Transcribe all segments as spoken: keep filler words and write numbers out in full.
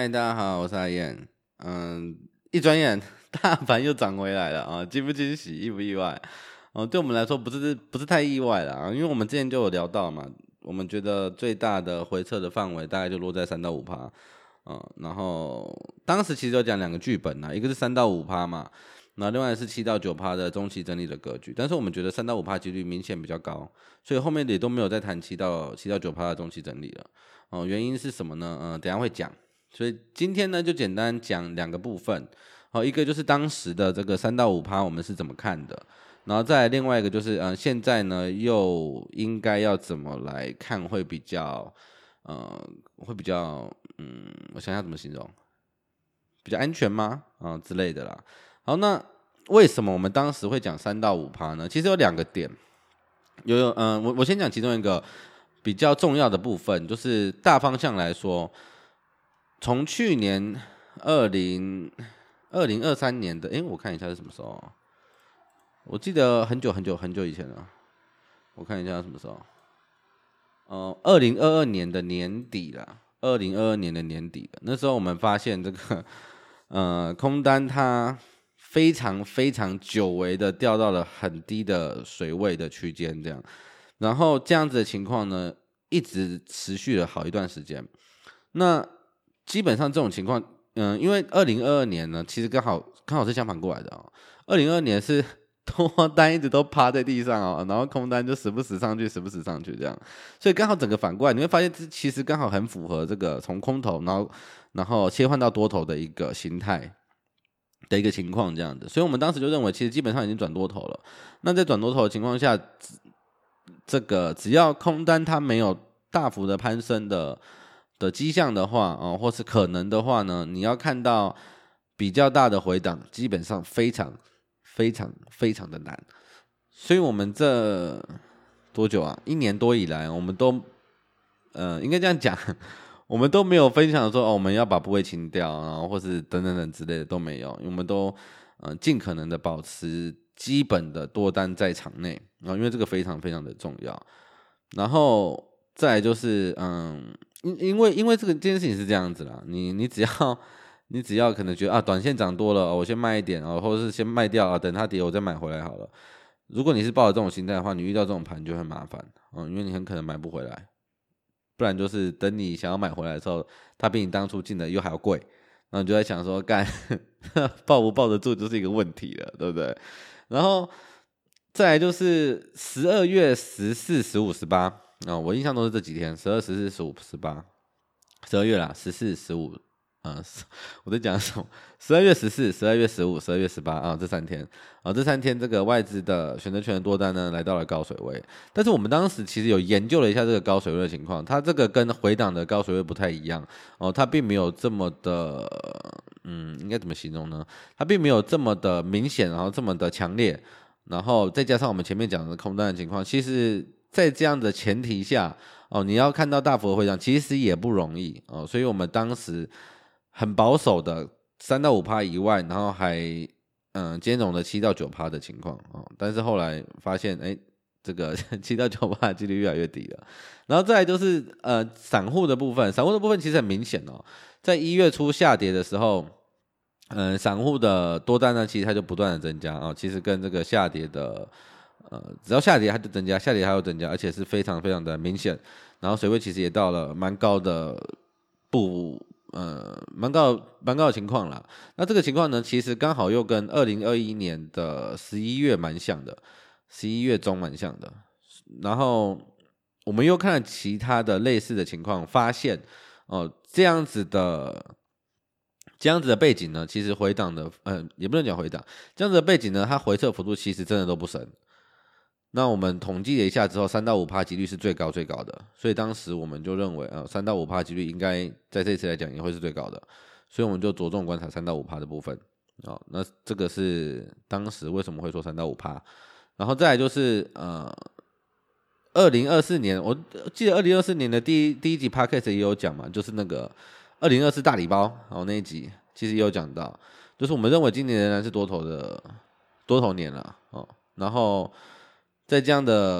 大家好，我是阿燕。嗯，一转眼大盘又涨回来了啊，惊不惊喜，意不意外？哦、对我们来说不是不是太意外了啊，因为我们之前就有聊到嘛，我们觉得最大的回撤的范围大概就落在三到五趴，嗯，然后当时其实有讲两个剧本啦，一个是三到五趴嘛，然后另外是七到九趴的中期整理的格局，但是我们觉得三到五趴几率明显比较高，所以后面也都没有再谈七到七到九趴的中期整理了。哦，原因是什么呢？嗯、呃，等一下会讲。所以今天呢，就简单讲两个部分。好，一个就是当时的这个三到五趴我们是怎么看的，然后再来另外一个就是，嗯、呃，现在呢又应该要怎么来看会比较，呃，会比较，嗯，我想想怎么形容，比较安全吗？啊、呃、之类的啦。好，那为什么我们当时会讲三到五趴呢？其实有两个点，有有，嗯、呃，我我先讲其中一个比较重要的部分，就是大方向来说。从去年二零二零二三年的，哎，我看一下是什么时候？我记得很久很久很久以前了。我看一下什么时候？呃，二零二二年的年底了。二零二二年的年底了。那时候我们发现这个，呃，空单它非常非常久违的掉到了很低的水位的区间，这样。然后这样子的情况呢，一直持续了好一段时间。那基本上这种情况，嗯、呃，因为二零二二年呢，其实刚好刚好是相反过来的哦。二零二二年是多单一直都趴在地上哦，然后空单就时不时上去，时不时上去这样，所以刚好整个反过来，你会发现这其实刚好很符合这个从空头，然后然后切换到多头的一个形态的一个情况这样子。所以我们当时就认为，其实基本上已经转多头了。那在转多头的情况下，这个只要空单它没有大幅的攀升的。的迹象的话，哦，或是可能的话呢，你要看到比较大的回档，基本上非常非常非常的难。所以我们这多久啊？一年多以来，我们都呃，应该这样讲，我们都没有分享说哦，我们要把部位清掉，然后或是等等等之类的都没有，我们都呃尽可能的保持基本的多单在场内，然后因为这个非常非常的重要，然后。再来就是，嗯，因因为因为这个这件事情是这样子啦，你你只要你只要可能觉得啊，短线涨多了，哦、我先卖一点啊、哦，或者是先卖掉啊，等它跌我再买回来好了。如果你是抱着这种心态的话，你遇到这种盘就很麻烦，嗯，因为你很可能买不回来，不然就是等你想要买回来的时候，它比你当初进的又还要贵，然后你就在想说，干抱不抱得住就是一个问题了，对不对？然后再来就是十二月十四、十五、十八。哦，我印象都是这几天，十二、十四、十五、十八，十二月啦，十四、十五，呃，我在讲什么？十二月十四、十二月十五、十二月十八啊，这三天啊，这三天这个外资的选择权的多单呢，来到了高水位。但是我们当时其实有研究了一下这个高水位的情况，它这个跟回档的高水位不太一样哦，它并没有这么的，嗯，应该怎么形容呢？它并没有这么的明显，然后这么的强烈，然后再加上我们前面讲的空单的情况，其实。在这样的前提下，哦，你要看到大幅的回涨，其实也不容易哦。所以我们当时很保守的三到五趴以外，然后还嗯兼容了七到九趴的情况哦。但是后来发现，哎，这个七到九趴的几率越来越低了。然后再来就是呃散户的部分，散户的部分其实很明显哦，在一月初下跌的时候，嗯、呃，散户的多单呢，其实它就不断的增加啊、哦。其实跟这个下跌的。呃，只要下跌它就增加，下跌它就增加，而且是非常非常的明显。然后水位其实也到了蛮高的不呃蛮高蛮高的情况啦。那这个情况呢，其实刚好又跟二零二一年的十一月蛮像的，十一月中蛮像的。然后我们又看了其他的类似的情况，发现哦、呃、这样子的。这样子的背景呢，其实回档的，呃，也不能讲回档，这样子的背景呢，它回撤幅度其实真的都不深。那我们统计了一下之后，三到五趴几率是最高最高的，所以当时我们就认为，呃，三到五趴几率应该在这次来讲也会是最高的，所以我们就着重观察三到五趴的部分。哦，那这个是当时为什么会说三到五趴，然后再来就是呃，二零二四年，我记得二零二四年的第一第一集 podcast 也有讲嘛，就是那个二零二四大礼包，然后那一集其实也有讲到，就是我们认为今年仍然是多头的多头年了哦，然后。在这样的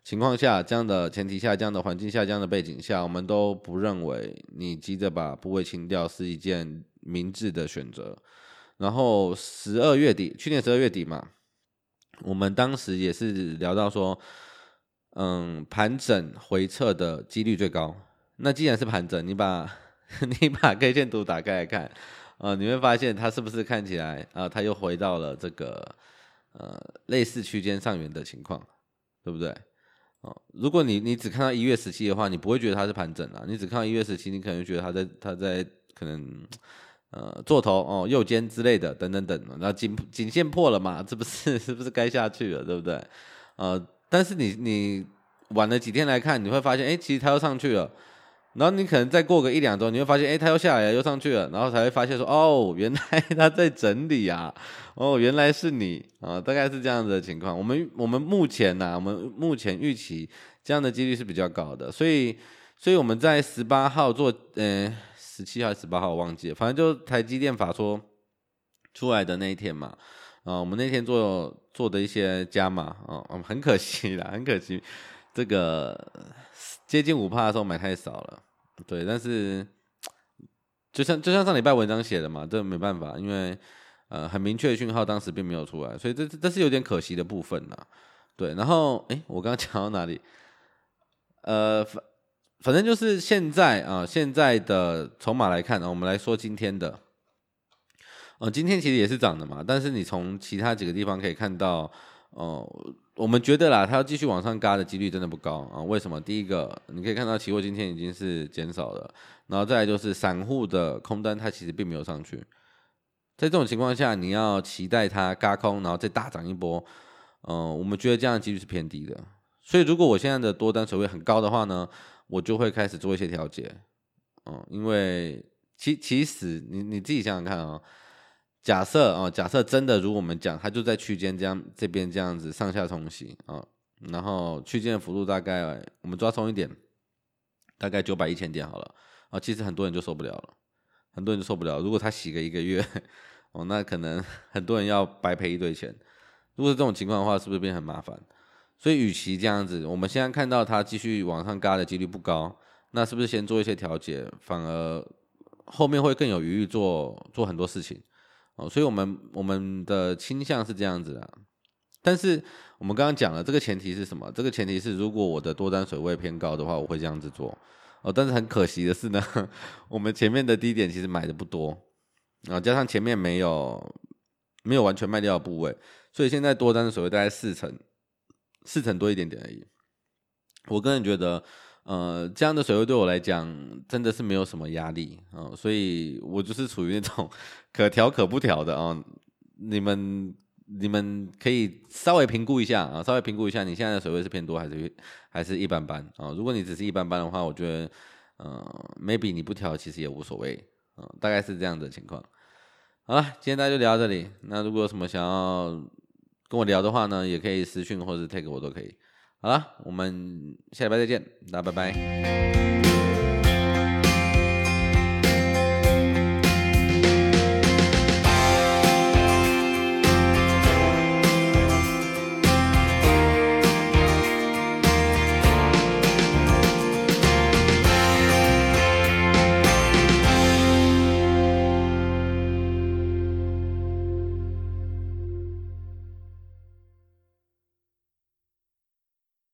情况下，这样的前提下，这样的环境下，这样的背景下，我们都不认为你急着把部位清掉是一件明智的选择。然后十二月底，去年十二月底嘛，我们当时也是聊到说，嗯，盘整回撤的几率最高。那既然是盘整，你把你把 K 线图打开来看，呃，你会发现它是不是看起来啊、呃，它又回到了这个呃类似区间上缘的情况，对不对？哦，如果你你只看到一月十七的话，你不会觉得它是盘整啊，你只看到一月十七，你可能觉得它在它在可能呃做头哦右肩之类的等等等，然后颈颈线破了嘛，这不是是不是该下去了，对不对？呃，但是你你晚了几天来看，你会发现，哎，其实它又上去了。然后你可能再过个一两周，你会发现，哎，它又下来了，又上去了，然后才会发现说，哦，原来它在整理啊，哦，原来是你啊，大概是这样子的情况。我们我们目前呢、啊，我们目前预期这样的几率是比较高的，所以所以我们在十八号做，呃，十七号还是十八号我忘记了，反正就台积电法说出来的那一天嘛，啊，我们那天做做的一些加码啊，很可惜啦，很可惜，这个接近五趴的时候买太少了。对，但是就像就像上礼拜文章写的嘛，这没办法，因为呃很明确的讯号当时并没有出来，所以这这是有点可惜的部分啦。对，然后哎，我刚刚讲到哪里？呃，反反正就是现在啊，现在的筹码来看啊，我们来说今天的，呃，今天其实也是涨的嘛，但是你从其他几个地方可以看到，哦、呃，我们觉得啦，它要继续往上嘎的几率真的不高啊。为什么？第一个，你可以看到期货今天已经是减少了，然后再来就是散户的空单，它其实并没有上去。在这种情况下，你要期待它嘎空，然后再大涨一波，嗯、呃，我们觉得这样的几率是偏低的。所以，如果我现在的多单水位很高的话呢，我就会开始做一些调节，嗯、呃，因为其其实你你自己想想看啊、哦。假设啊、哦，假设真的如我们讲，它就在区间这样这边这样子上下冲洗啊、哦，然后区间的幅度大概我们抓松一点，大概九百一千点好了啊、哦，其实很多人就受不了了，很多人就受不了。如果他洗个一个月哦，那可能很多人要白赔一堆钱。如果是这种情况的话，是不是变得很麻烦？所以与其这样子，我们现在看到它继续往上嘎的几率不高，那是不是先做一些调节，反而后面会更有余裕做做很多事情？哦，所以我们我们的倾向是这样子啊，但是我们刚刚讲了，这个前提是什么？这个前提是如果我的多单水位偏高的话，我会这样子做。哦，但是很可惜的是呢，我们前面的低点其实买的不多，啊，加上前面没有没有完全卖掉的部位，所以现在多单的水位大概四成，四成多一点点而已。我个人觉得。呃，这样的水位对我来讲真的是没有什么压力啊、呃，所以我就是处于那种可调可不调的啊、呃。你们你们可以稍微评估一下啊，稍微评估一下你现在的水位是偏多还是还是一般般啊、呃？如果你只是一般般的话，我觉得呃，maybe 你不调其实也无所谓啊、呃，大概是这样的情况。好了，今天大家就聊到这里。那如果有什么想要跟我聊的话呢，也可以私讯或者 tag 我都可以。好了，我们下礼拜再见，大家拜拜。